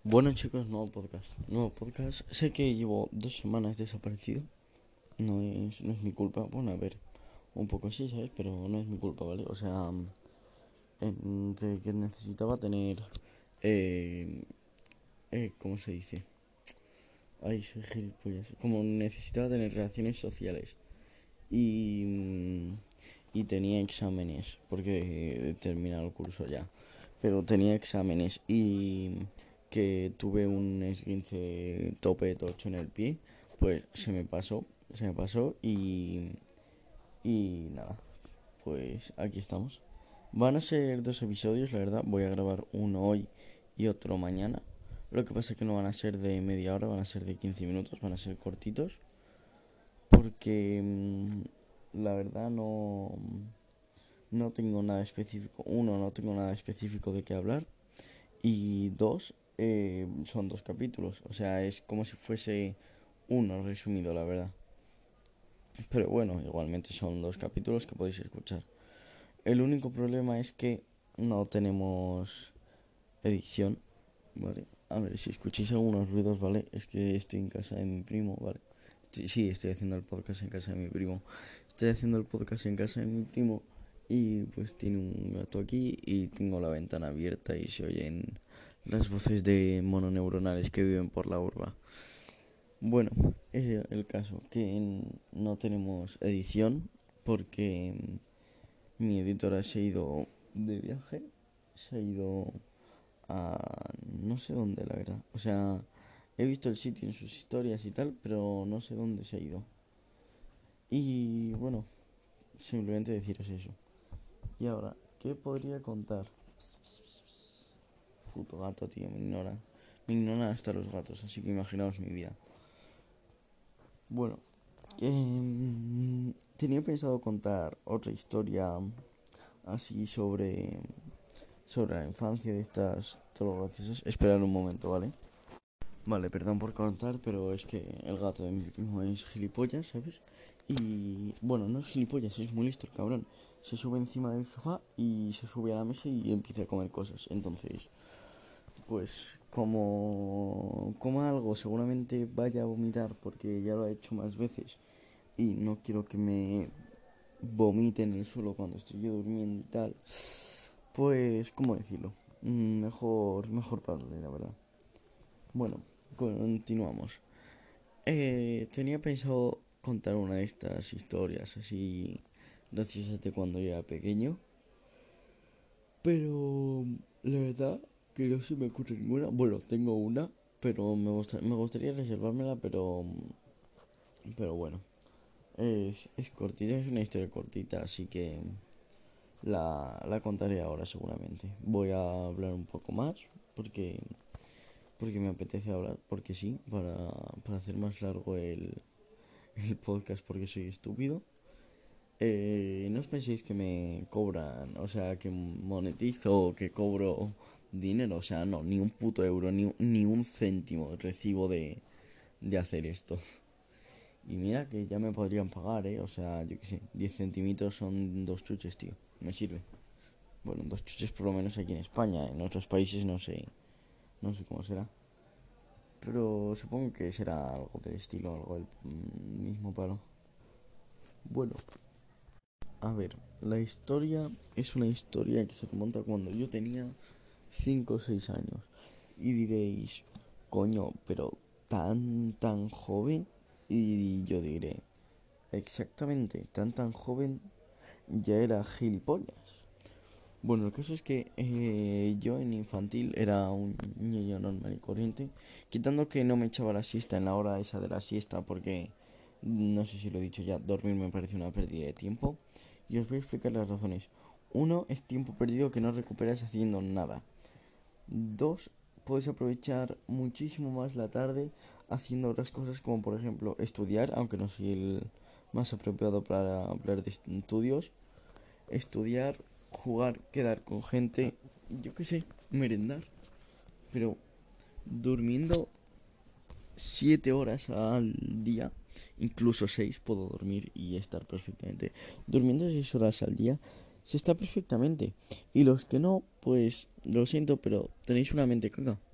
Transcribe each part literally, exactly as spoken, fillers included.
Bueno chicos, nuevo podcast. Nuevo podcast. Sé que llevo dos semanas desaparecido. No es, no es mi culpa. Bueno, a ver, un poco sí, ¿sabes? Pero no es mi culpa, ¿vale? O sea, entre que necesitaba tener... Eh, eh, ¿Cómo se dice? Ay, soy gilipollas. Como necesitaba tener relaciones sociales. Y... mm, Y tenía exámenes, porque he terminado el curso ya. Pero tenía exámenes y que tuve un esguince tope tocho en el pie, pues se me pasó, se me pasó y, y nada, pues aquí estamos. Van a ser dos episodios, la verdad, voy a grabar uno hoy y otro mañana. Lo que pasa es que no van a ser de media hora, van a ser de quince minutos, van a ser cortitos, porque mmm, la verdad no, no tengo nada específico. Uno, no tengo nada específico de qué hablar. Y dos, eh, son dos capítulos. O sea, es como si fuese uno resumido, la verdad. Pero bueno, igualmente son dos capítulos que podéis escuchar. El único problema es que no tenemos edición, ¿vale? A ver, si escucháis algunos ruidos, ¿vale? Es que estoy en casa de mi primo, ¿vale? Sí, sí, estoy haciendo el podcast en casa de mi primo. Estoy haciendo el podcast en casa de mi primo y pues tiene un gato aquí y tengo la ventana abierta y se oyen las voces de mononeuronales que viven por la urba. Bueno, es el caso, que en- no tenemos edición porque mi editora se ha ido de viaje, se ha ido a no sé dónde, la verdad. O sea, he visto el sitio en sus historias y tal, pero no sé dónde se ha ido. Y bueno, simplemente deciros eso. Y ahora, ¿qué podría contar? Puto gato, tío, me ignora. Me ignoran hasta los gatos, así que imaginaos mi vida. Bueno, eh, tenía pensado contar otra historia así sobre, sobre la infancia de estas todo graciosas. Esperar un momento, ¿vale? Vale, perdón por contar, pero es que el gato de mi primo es gilipollas, ¿sabes? Y bueno, no es gilipollas, es muy listo el cabrón. Se sube encima del sofá y se sube a la mesa y empieza a comer cosas. Entonces, pues como coma algo, seguramente vaya a vomitar porque ya lo ha hecho más veces. Y no quiero que me vomite en el suelo cuando estoy yo durmiendo y tal. Pues, ¿cómo decirlo? Mm, Mejor, mejor pararle, la verdad. Bueno, continuamos. Eh, tenía pensado contar una de estas historias así graciosas de cuando yo era pequeño, pero la verdad que no se me ocurre ninguna. Bueno, tengo una, pero me, gusta, me gustaría reservármela, pero, pero bueno, es, es cortita, es una historia cortita, así que la, la contaré ahora seguramente. Voy a hablar un poco más porque, porque me apetece hablar, porque sí, para, para hacer más largo el, el podcast porque soy estúpido. Eh, no os penséis que me cobran, o sea, que monetizo o que cobro dinero, o sea, no, ni un puto euro, ni, ni un céntimo recibo de, de hacer esto. Y mira que ya me podrían pagar, ¿eh? O sea, yo qué sé, diez centimitos son dos chuches, tío, me sirve. Bueno, dos chuches por lo menos aquí en España, en otros países no sé, no sé cómo será. Pero supongo que será algo del estilo, algo del mm, mismo palo. Bueno, a ver, la historia es una historia que se remonta cuando yo tenía cinco o seis años. Y diréis, coño, pero tan, tan joven. Y yo diré, exactamente, tan, tan joven ya era gilipollas. Bueno, el caso es que eh, yo en infantil era un niño normal y corriente, quitando que no me echaba la siesta en la hora esa de la siesta, porque no sé si lo he dicho ya, dormir me parece una pérdida de tiempo. Y os voy a explicar las razones. Uno, es tiempo perdido que no recuperas haciendo nada. Dos, puedes aprovechar muchísimo más la tarde haciendo otras cosas como por ejemplo estudiar, aunque no soy el más apropiado para hablar de estudios. Estudiar, jugar, quedar con gente, yo qué sé, merendar. Pero durmiendo siete horas al día, incluso seis puedo dormir y estar perfectamente. Durmiendo seis horas al día se está perfectamente. Y los que no, pues lo siento, pero tenéis una mente caca.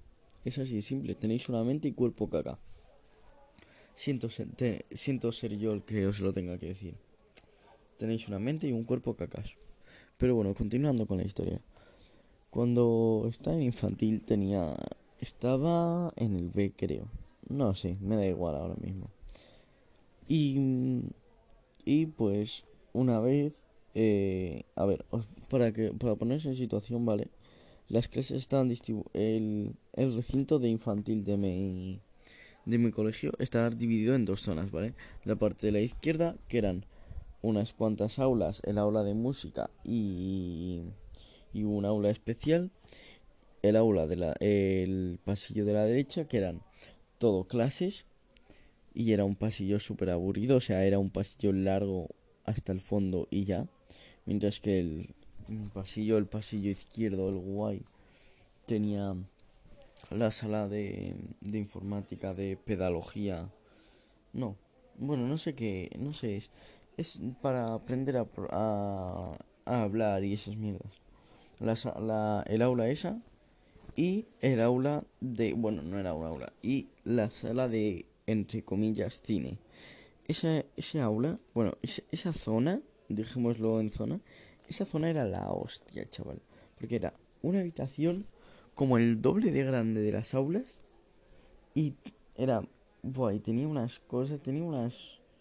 Es así de simple. Tenéis una mente y cuerpo caca. Siento ser, te- siento ser yo el que os lo tenga que decir. Tenéis una mente y un cuerpo cacas. Pero bueno, continuando con la historia. Cuando estaba en infantil tenía... Estaba en el B, creo. No sé, me da igual ahora mismo. Y, y pues una vez... eh, a ver, os- para que para ponerse en situación, ¿vale? Las clases estaban distribuidas... El, el recinto de infantil de mi, de mi colegio estaba dividido en dos zonas, ¿vale? La parte de la izquierda, que eran unas cuantas aulas, el aula de música y, y un aula especial, el aula de la, el pasillo de la derecha, que eran todo clases, y era un pasillo súper aburrido, o sea, era un pasillo largo hasta el fondo y ya, mientras que el, el pasillo, el pasillo izquierdo, el guay, tenía la sala de, de informática, de pedagogía, no, bueno, no sé qué, no sé, es, es para aprender a, a, a hablar y esas mierdas. La, la, el aula esa y el aula de, bueno, no era un aula, y la sala de, entre comillas, cine. Esa, ese aula, bueno, esa, esa zona, dejémoslo en zona, esa zona era la hostia, chaval. Porque era una habitación como el doble de grande de las aulas y era, buah, y tenía unas cosas, tenía unas,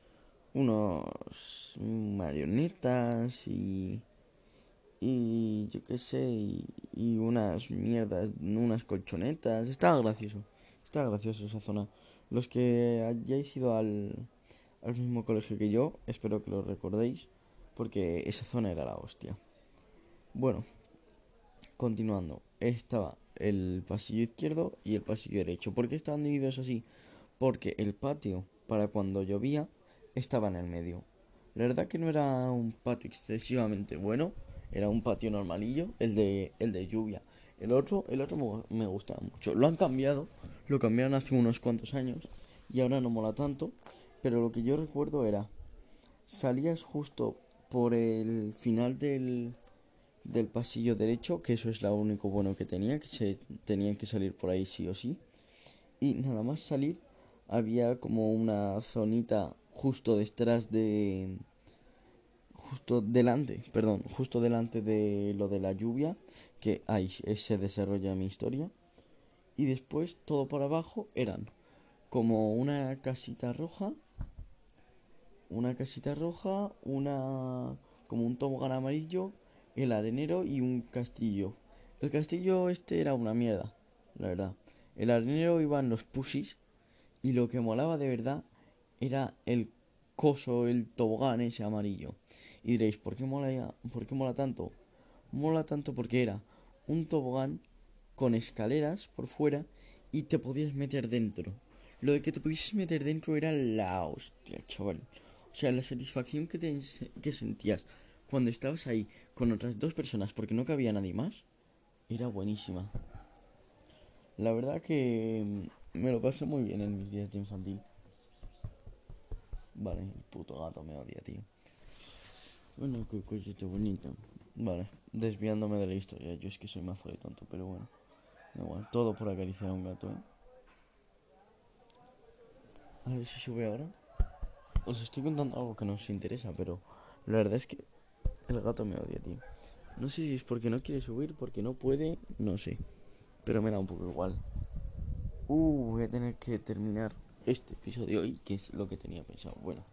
unos marionetas y y yo qué sé, y, y unas mierdas, unas colchonetas. Estaba gracioso, estaba gracioso esa zona. Los que hayáis ido al, al mismo colegio que yo, espero que lo recordéis, porque esa zona era la hostia. Bueno, continuando, estaba el pasillo izquierdo y el pasillo derecho. ¿Por qué estaban divididos así? Porque el patio, para cuando llovía, estaba en el medio. La verdad que no era un patio excesivamente bueno, era un patio normalillo, el de, el de lluvia. El otro, el otro me, me gustaba mucho. Lo han cambiado, lo cambiaron hace unos cuantos años y ahora no mola tanto, pero lo que yo recuerdo era, salías justo por el final del, del pasillo derecho, que eso es lo único bueno que tenía, que se tenían que salir por ahí sí o sí. Y nada más salir, había como una zonita justo detrás de... Justo delante, perdón, justo delante de lo de la lluvia, que ahí se desarrolla mi historia. Y después todo por abajo eran como una casita roja, una casita roja, una... como un tobogán amarillo, el arenero y un castillo. El castillo este era una mierda, la verdad. El arenero iban los pusis y lo que molaba de verdad era el coso, el tobogán ese amarillo. Y diréis, ¿por qué mola, ya- ¿por qué mola tanto? Mola tanto porque era un tobogán con escaleras por fuera y te podías meter dentro. Lo de que te pudieses meter dentro era la hostia, chaval. O sea, la satisfacción que, te, que sentías cuando estabas ahí con otras dos personas porque no cabía nadie más era buenísima. La verdad que mm, me lo pasé muy bien en mis días de infantil. Vale, el puto gato me odia, tío. Bueno, qué cosita bonita. Vale, desviándome de la historia. Yo es que soy mazo de tonto, pero bueno. Da igual, todo por acariciar a un gato, ¿eh? A ver si sube ahora. Os estoy contando algo que no os interesa, pero la verdad es que el gato me odia, tío. No sé si es porque no quiere subir, porque no puede, no sé. Pero me da un poco igual. Uh, voy a tener que terminar este episodio hoy, que es lo que tenía pensado. Bueno,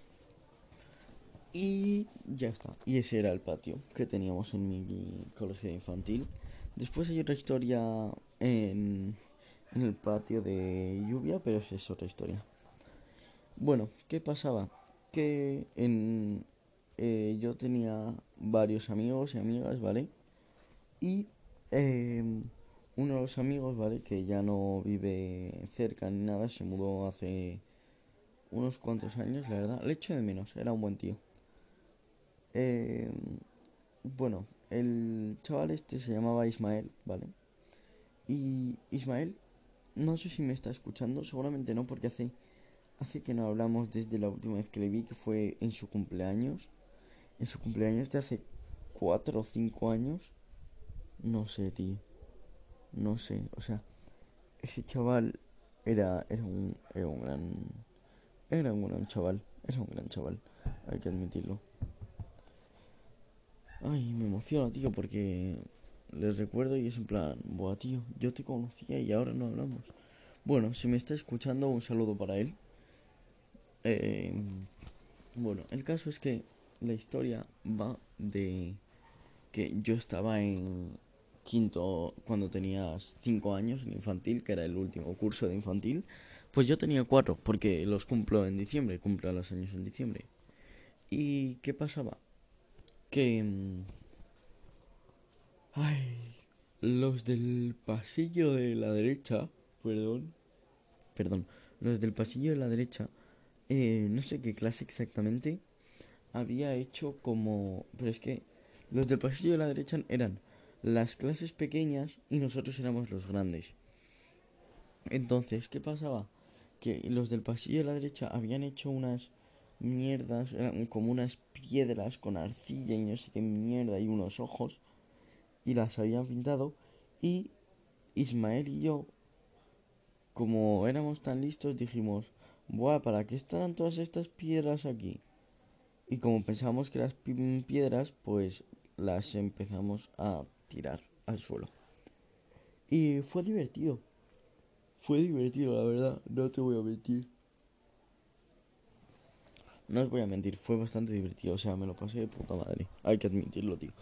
y ya está. Y ese era el patio que teníamos en mi colegio infantil. Después hay otra historia en, en el patio de lluvia, pero esa es otra historia. Bueno, ¿qué pasaba? Que en, eh, yo tenía varios amigos y amigas, ¿vale? Y eh, uno de los amigos, ¿vale? Que ya no vive cerca ni nada, se mudó hace unos cuantos años, la verdad. Le echo de menos, era un buen tío. Eh, bueno, el chaval este se llamaba Ismael, ¿vale? Y Ismael, no sé si me está escuchando, seguramente no, porque hace, hace que no hablamos desde la última vez que le vi, que fue en su cumpleaños. En su cumpleaños de hace cuatro o cinco años. No sé, tío. No sé, o sea, ese chaval era, era un, era un gran, era un gran chaval, era un gran chaval, hay que admitirlo. Ay, me emociona, tío, porque les recuerdo y es en plan, buah, tío, yo te conocía y ahora no hablamos. Bueno, si me está escuchando, un saludo para él. Eh, bueno, el caso es que la historia va de que yo estaba en quinto cuando tenías cinco años en infantil, que era el último curso de infantil. Pues yo tenía cuatro, porque los cumplo en diciembre, cumplo los años en diciembre. ¿Y qué pasaba? Que... mm, Ay, los del pasillo de la derecha, perdón, perdón, los del pasillo de la derecha, eh, no sé qué clase exactamente, había hecho como... Pero es que los del pasillo de la derecha eran las clases pequeñas y nosotros éramos los grandes. Entonces, ¿qué pasaba? Que los del pasillo de la derecha habían hecho unas mierdas, eran como unas piedras con arcilla y no sé qué mierda y unos ojos, y las habían pintado. Y Ismael y yo, como éramos tan listos, dijimos, buah, ¿para qué estarán todas estas piedras aquí? Y como pensábamos que eran piedras, pues las empezamos a tirar al suelo. Y fue divertido. Fue divertido, la verdad. No te voy a mentir. No os voy a mentir, fue bastante divertido. O sea, me lo pasé de puta madre. Hay que admitirlo, tío.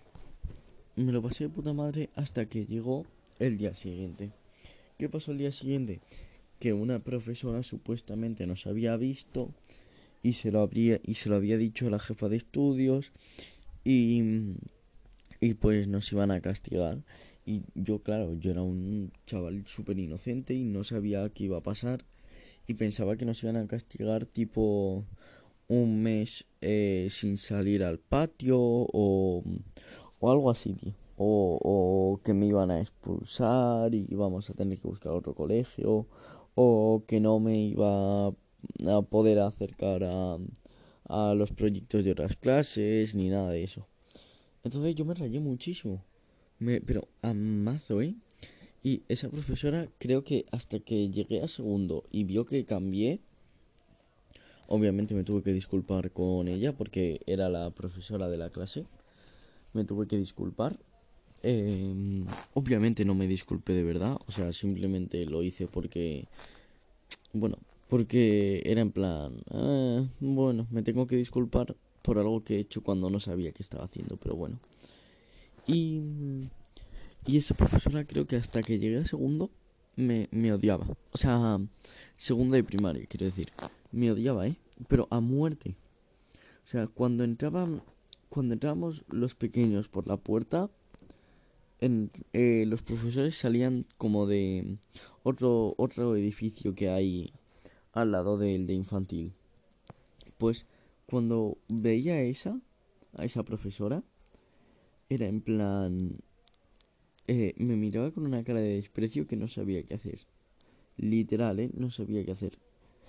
Me lo pasé de puta madre hasta que llegó el día siguiente. ¿Qué pasó el día siguiente? Que una profesora supuestamente nos había visto y se lo habría y se lo había dicho a la jefa de estudios y y pues nos iban a castigar. Y yo, claro, yo era un chaval súper inocente y no sabía qué iba a pasar. Y pensaba que nos iban a castigar tipo un mes eh, sin salir al patio o, o algo así, tío. O, o que me iban a expulsar y íbamos a tener que buscar otro colegio. O que no me iba a poder acercar a, a los proyectos de otras clases ni nada de eso. Entonces yo me rayé muchísimo. Me, pero a mazo, ¿eh? Y esa profesora creo que hasta que llegué a segundo y vio que cambié, obviamente me tuve que disculpar con ella porque era la profesora de la clase. Me tuve que disculpar. Eh, obviamente no me disculpé de verdad. O sea, simplemente lo hice porque... Bueno, porque era en plan... "Ah, bueno, me tengo que disculpar por algo que he hecho cuando no sabía qué estaba haciendo, pero bueno". Y... Y esa profesora creo que hasta que llegué a segundo me, me odiaba. O sea, segundo de primaria, quiero decir. Me odiaba, ¿eh? Pero a muerte. O sea, cuando entraban, cuando entrábamos los pequeños por la puerta, en, eh, los profesores salían como de otro, otro edificio que hay al lado del de infantil. Pues cuando veía a esa, a esa profesora, era en plan... eh, me miraba con una cara de desprecio que no sabía qué hacer. Literal, ¿eh? No sabía qué hacer.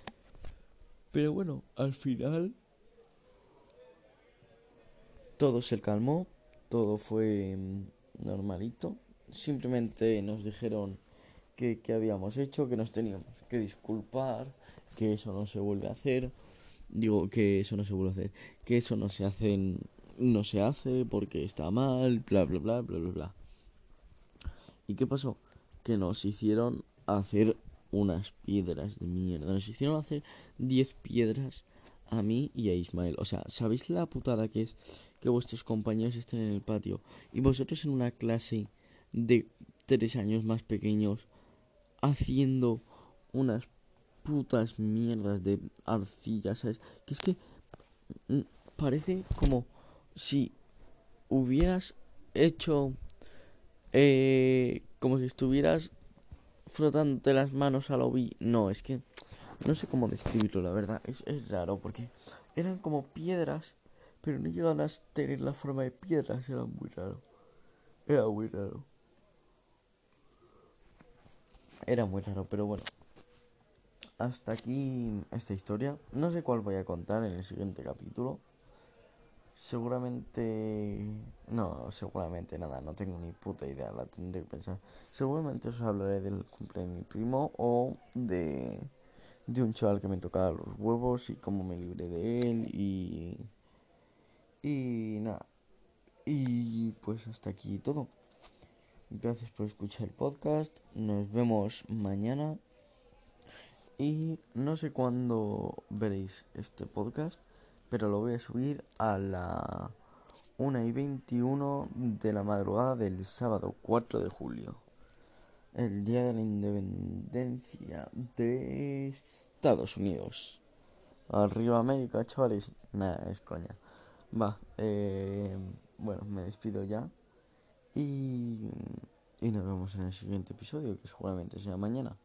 Pero bueno, al final todo se calmó, todo fue mm, normalito. Simplemente nos dijeron que, que habíamos hecho, que nos teníamos que disculpar, que eso no se vuelve a hacer. Digo, que eso no se vuelve a hacer, que eso no se hace, en- no se hace porque está mal, bla, bla, bla, bla, bla, bla. ¿Y qué pasó? Que nos hicieron hacer unas piedras de mierda. Nos hicieron hacer diez piedras a mí y a Ismael. O sea, ¿sabéis la putada que es que vuestros compañeros estén en el patio y vosotros en una clase de tres años más pequeños haciendo unas putas mierdas de arcilla, ¿sabes? Que es que mm, parece como si hubieras hecho eh, como si estuvieras frotándote las manos a lo vi. No, es que no sé cómo describirlo, la verdad. Es, es raro porque eran como piedras, pero no llegaban a tener la forma de piedras. Era muy raro. Era muy raro. Era muy raro, pero bueno. Hasta aquí esta historia. No sé cuál voy a contar en el siguiente capítulo. seguramente... No, seguramente nada, no tengo ni puta idea, la tendré que pensar. Seguramente os hablaré del cumple de mi primo o de, de un chaval que me tocaba los huevos y cómo me libré de él y... Y nada, y pues hasta aquí todo. Gracias por escuchar el podcast, nos vemos mañana y no sé cuándo veréis este podcast, pero lo voy a subir a la una y veintiuno de la madrugada del sábado cuatro de julio, el día de la independencia de Estados Unidos. Arriba América, chavales. Nada, es coña. Va, eh, bueno, me despido ya y, y nos vemos en el siguiente episodio, que seguramente sea mañana.